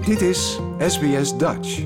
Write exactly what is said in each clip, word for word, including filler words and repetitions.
Dit is S B S Dutch.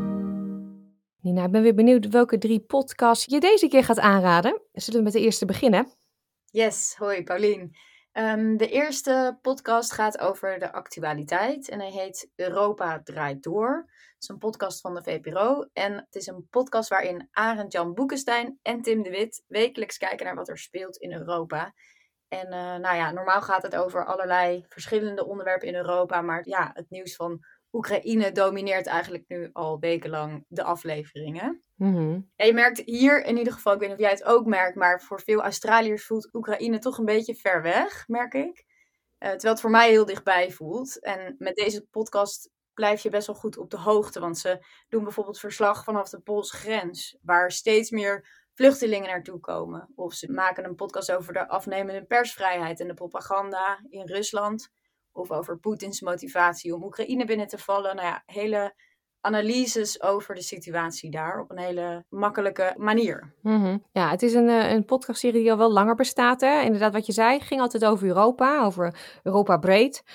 Nina, ik ben weer benieuwd welke drie podcasts je deze keer gaat aanraden. Zullen we met de eerste beginnen? Yes, hoi Paulien. Um, de eerste podcast gaat over de actualiteit en hij heet Europa draait door. Het is een podcast van de V P R O en het is een podcast waarin Arend-Jan Boekenstein en Tim de Wit wekelijks kijken naar wat er speelt in Europa. En uh, nou ja, normaal gaat het over allerlei verschillende onderwerpen in Europa, maar ja, het nieuws van Oekraïne domineert eigenlijk nu al wekenlang de afleveringen. Mm-hmm. En je merkt hier in ieder geval, ik weet niet of jij het ook merkt, maar voor veel Australiërs voelt Oekraïne toch een beetje ver weg, merk ik. Uh, terwijl het voor mij heel dichtbij voelt. En met deze podcast blijf je best wel goed op de hoogte, want ze doen bijvoorbeeld verslag vanaf de Poolse grens, waar steeds meer vluchtelingen naartoe komen. Of ze maken een podcast over de afnemende persvrijheid en de propaganda in Rusland. Of over Poetins motivatie om Oekraïne binnen te vallen. Nou ja, hele analyses over de situatie daar op een hele makkelijke manier. Mm-hmm. Ja, het is een, een podcastserie die al wel langer bestaat. Hè? Inderdaad, wat je zei, ging altijd over Europa, over Europa breed.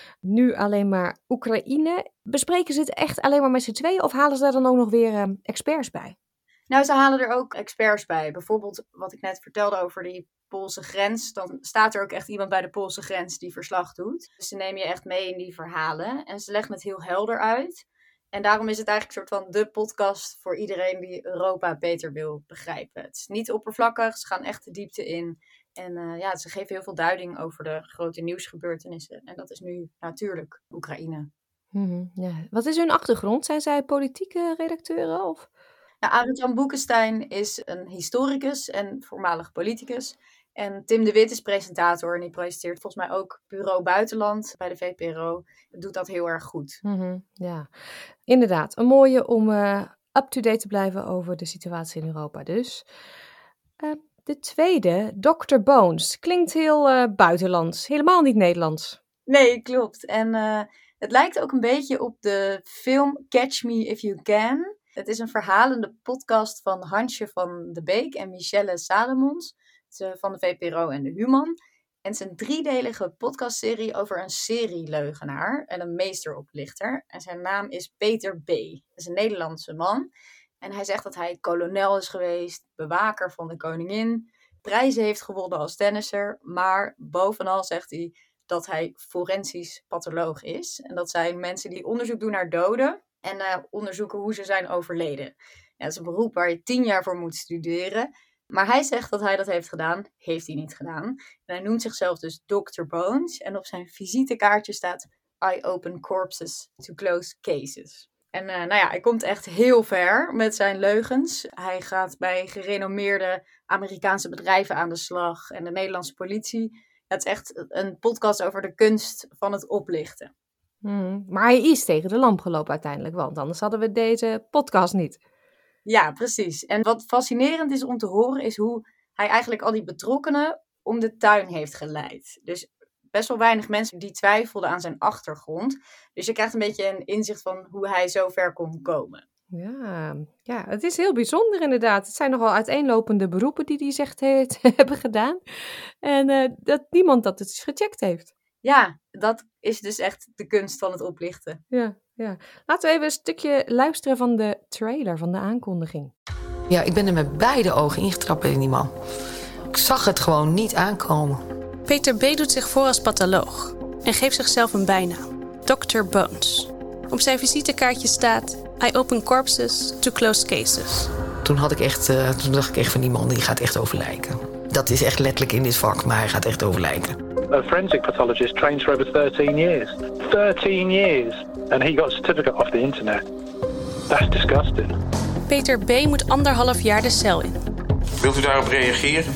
Nu alleen maar Oekraïne. Bespreken ze het echt alleen maar met z'n tweeën of halen ze daar dan ook nog weer uh, experts bij? Nou, ze halen er ook experts bij. Bijvoorbeeld wat ik net vertelde over die Poolse grens. Dan staat er ook echt iemand bij de Poolse grens die verslag doet. Dus ze nemen je echt mee in die verhalen. En ze leggen het heel helder uit. En daarom is het eigenlijk een soort van de podcast voor iedereen die Europa beter wil begrijpen. Het is niet oppervlakkig, ze gaan echt de diepte in. En uh, ja, ze geven heel veel duiding over de grote nieuwsgebeurtenissen. En dat is nu natuurlijk Oekraïne. Mm-hmm. Ja. Wat is hun achtergrond? Zijn zij politieke redacteuren of... Ja, Arend-Jan Boekenstein is een historicus en voormalig politicus. En Tim de Wit is presentator en die presenteert volgens mij ook Bureau Buitenland bij de V P R O. Doet dat heel erg goed. Mm-hmm, ja, inderdaad. Een mooie om uh, up-to-date te blijven over de situatie in Europa dus. Uh, de tweede, dokter Bones. Klinkt heel uh, buitenlands, helemaal niet Nederlands. Nee, klopt. En uh, het lijkt ook een beetje op de film Catch Me If You Can. Het is een verhalende podcast van Hansje van de Beek en Michelle Salomons van de V P R O en de Human. En het is een driedelige podcastserie over een serieleugenaar en een meesteroplichter. En zijn naam is Peter B. Dat is een Nederlandse man. En hij zegt dat hij kolonel is geweest, bewaker van de koningin, prijzen heeft gewonnen als tennisser. Maar bovenal zegt hij dat hij forensisch patholoog is. En dat zijn mensen die onderzoek doen naar doden. En uh, onderzoeken hoe ze zijn overleden. Ja, dat is een beroep waar je tien jaar voor moet studeren. Maar hij zegt dat hij dat heeft gedaan. Heeft hij niet gedaan. En hij noemt zichzelf dus dokter Bones. En op zijn visitekaartje staat I open corpses to close cases. En uh, nou ja, hij komt echt heel ver met zijn leugens. Hij gaat bij gerenommeerde Amerikaanse bedrijven aan de slag. En de Nederlandse politie. Het is echt een podcast over de kunst van het oplichten. Hmm, maar hij is tegen de lamp gelopen uiteindelijk, want anders hadden we deze podcast niet. Ja, precies. En wat fascinerend is om te horen is hoe hij eigenlijk al die betrokkenen om de tuin heeft geleid. Dus best wel weinig mensen die twijfelden aan zijn achtergrond. Dus je krijgt een beetje een inzicht van hoe hij zo ver kon komen. Ja, ja, het is heel bijzonder inderdaad. Het zijn nogal uiteenlopende beroepen die hij zegt he- hebben gedaan. En uh, dat niemand dat het gecheckt heeft. Ja, dat is dus echt de kunst van het oplichten. Ja, ja. Laten we even een stukje luisteren van de trailer, van de aankondiging. Ja, ik ben er met beide ogen ingetrapt in die man. Ik zag het gewoon niet aankomen. Peter B. doet zich voor als patholoog en geeft zichzelf een bijnaam. dokter Bones. Op zijn visitekaartje staat I open corpses to close cases. Toen, had ik echt, uh, toen dacht ik echt van die man, die gaat echt over lijken. Dat is echt letterlijk in dit vak, maar hij gaat echt over lijken. A forensic pathologist trained for over thirteen years. thirteen years! And he got a certificate off the internet. That's disgusting. Peter B. moet anderhalf jaar de cel in. Wilt u daarop reageren?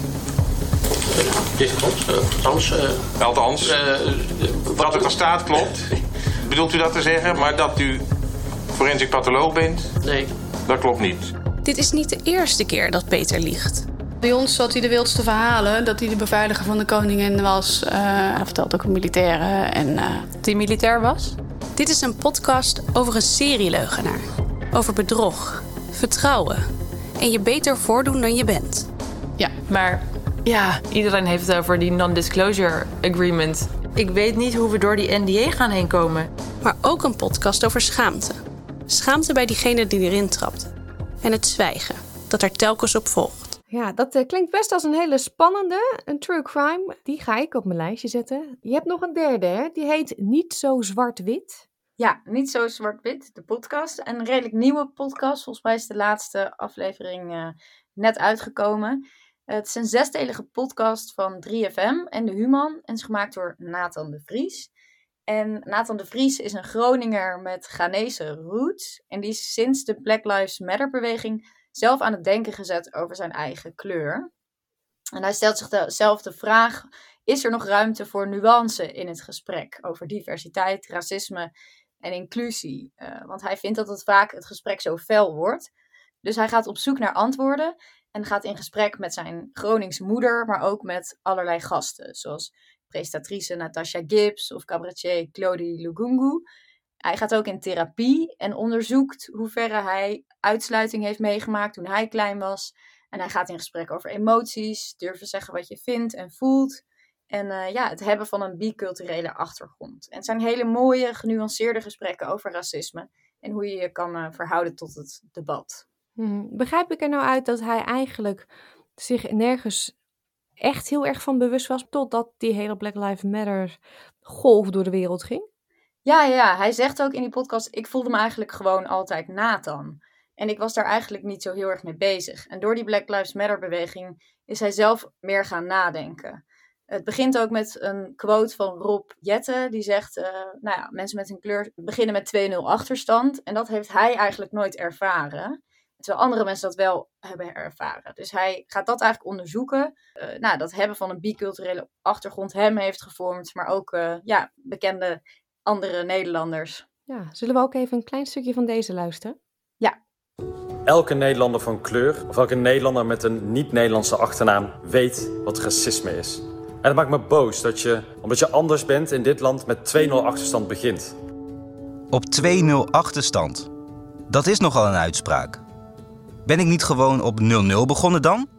Dit klopt. Uh, althans... Uh, Althans, uh, dat het er staat klopt. Bedoelt u dat te zeggen? Maar dat u forensic patholoog bent? Nee. Dat klopt niet. Dit is niet de eerste keer dat Peter liegt. Bij ons had hij de wildste verhalen. Dat hij de beveiliger van de koningin was. Uh, hij vertelt ook een militaire. En uh, dat hij militair was. Dit is een podcast over een serieleugenaar. Over bedrog, vertrouwen en je beter voordoen dan je bent. Ja, maar ja, iedereen heeft het over die non-disclosure agreement. Ik weet niet hoe we door die N D A gaan heen komen. Maar ook een podcast over schaamte. Schaamte bij diegene die erin trapt. En het zwijgen, dat er telkens op volgt. Ja, dat uh, klinkt best als een hele spannende, een true crime. Die ga ik op mijn lijstje zetten. Je hebt nog een derde, hè? Die heet Niet Zo Zwart-Wit. Ja, Niet Zo Zwart-Wit, de podcast. Een redelijk nieuwe podcast. Volgens mij is de laatste aflevering uh, net uitgekomen. Uh, het is een zesdelige podcast van drie F M en de Human. En is gemaakt door Nathan de Vries. En Nathan de Vries is een Groninger met Ghanese roots. En die is sinds de Black Lives Matter beweging zelf aan het denken gezet over zijn eigen kleur. En hij stelt zichzelf de vraag: is er nog ruimte voor nuance in het gesprek over diversiteit, racisme en inclusie? Uh, want hij vindt dat het vaak het gesprek zo fel wordt. Dus hij gaat op zoek naar antwoorden en gaat in gesprek met zijn Groningse moeder, maar ook met allerlei gasten, zoals presentatrice Natasha Gibbs of cabaretier Claudie Lugungu. Hij gaat ook in therapie en onderzoekt hoe verre hij uitsluiting heeft meegemaakt toen hij klein was. En hij gaat in gesprek over emoties, durven zeggen wat je vindt en voelt. En uh, ja, het hebben van een biculturele achtergrond. En het zijn hele mooie, genuanceerde gesprekken over racisme. En hoe je je kan uh, verhouden tot het debat. Hmm. Begrijp ik er nou uit dat hij eigenlijk zich nergens echt heel erg van bewust was, totdat die hele Black Lives Matter golf door de wereld ging? Ja, ja, hij zegt ook in die podcast: ik voelde me eigenlijk gewoon altijd Nathan. En ik was daar eigenlijk niet zo heel erg mee bezig. En door die Black Lives Matter beweging is hij zelf meer gaan nadenken. Het begint ook met een quote van Rob Jetten. Die zegt, uh, nou ja, mensen met een kleur beginnen met twee nul achterstand. En dat heeft hij eigenlijk nooit ervaren. Terwijl andere mensen dat wel hebben ervaren. Dus hij gaat dat eigenlijk onderzoeken. Uh, nou, dat hebben van een biculturele achtergrond hem heeft gevormd. Maar ook uh, ja, bekende andere Nederlanders. Ja, zullen we ook even een klein stukje van deze luisteren? Ja. Elke Nederlander van kleur, of elke Nederlander met een niet-Nederlandse achternaam, weet wat racisme is. En het maakt me boos dat je, omdat je anders bent, in dit land met twee nul achterstand begint. Op twee nul achterstand? Dat is nogal een uitspraak. Ben ik niet gewoon op nul nul begonnen dan?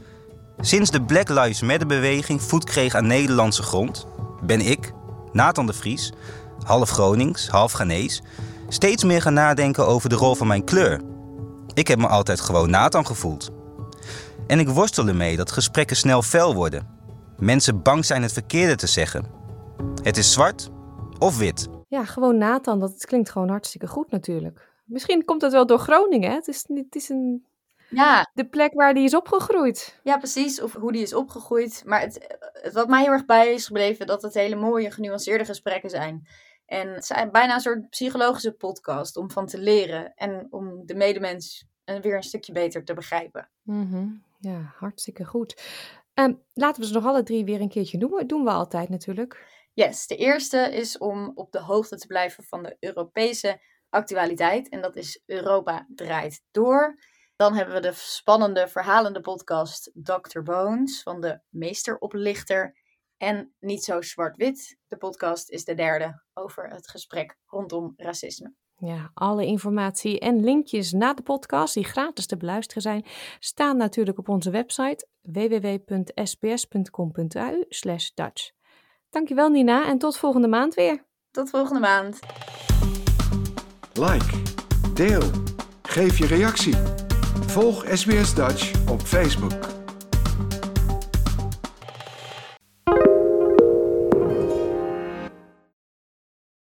Sinds de Black Lives Matter beweging voet kreeg aan Nederlandse grond, ben ik, Nathan de Vries, half Gronings, half Ghanees, steeds meer gaan nadenken over de rol van mijn kleur. Ik heb me altijd gewoon Nathan gevoeld. En ik worstel ermee dat gesprekken snel fel worden. Mensen bang zijn het verkeerde te zeggen. Het is zwart of wit. Ja, gewoon Nathan, dat klinkt gewoon hartstikke goed natuurlijk. Misschien komt het wel door Groningen, hè? Het is, het is een... Ja. De plek waar die is opgegroeid. Ja, precies. Of hoe die is opgegroeid. Maar het, het, wat mij heel erg bij is gebleven, dat het hele mooie, genuanceerde gesprekken zijn. En het zijn bijna een soort psychologische podcast om van te leren. En om de medemens weer een stukje beter te begrijpen. Mm-hmm. Ja, hartstikke goed. Um, laten we ze nog alle drie weer een keertje doen. Dat doen we altijd natuurlijk. Yes, de eerste is om op de hoogte te blijven van de Europese actualiteit. En dat is Europa draait door. Dan hebben we de spannende, verhalende podcast doctor Bones van de meesteroplichter. En Niet Zo Zwart-Wit. De podcast is de derde over het gesprek rondom racisme. Ja, alle informatie en linkjes naar de podcast die gratis te beluisteren zijn, staan natuurlijk op onze website w w w punt s b s punt com punt a u slash Dutch. Dankjewel Nina en tot volgende maand weer. Tot volgende maand. Like, deel, geef je reactie. Volg S B S Dutch op Facebook.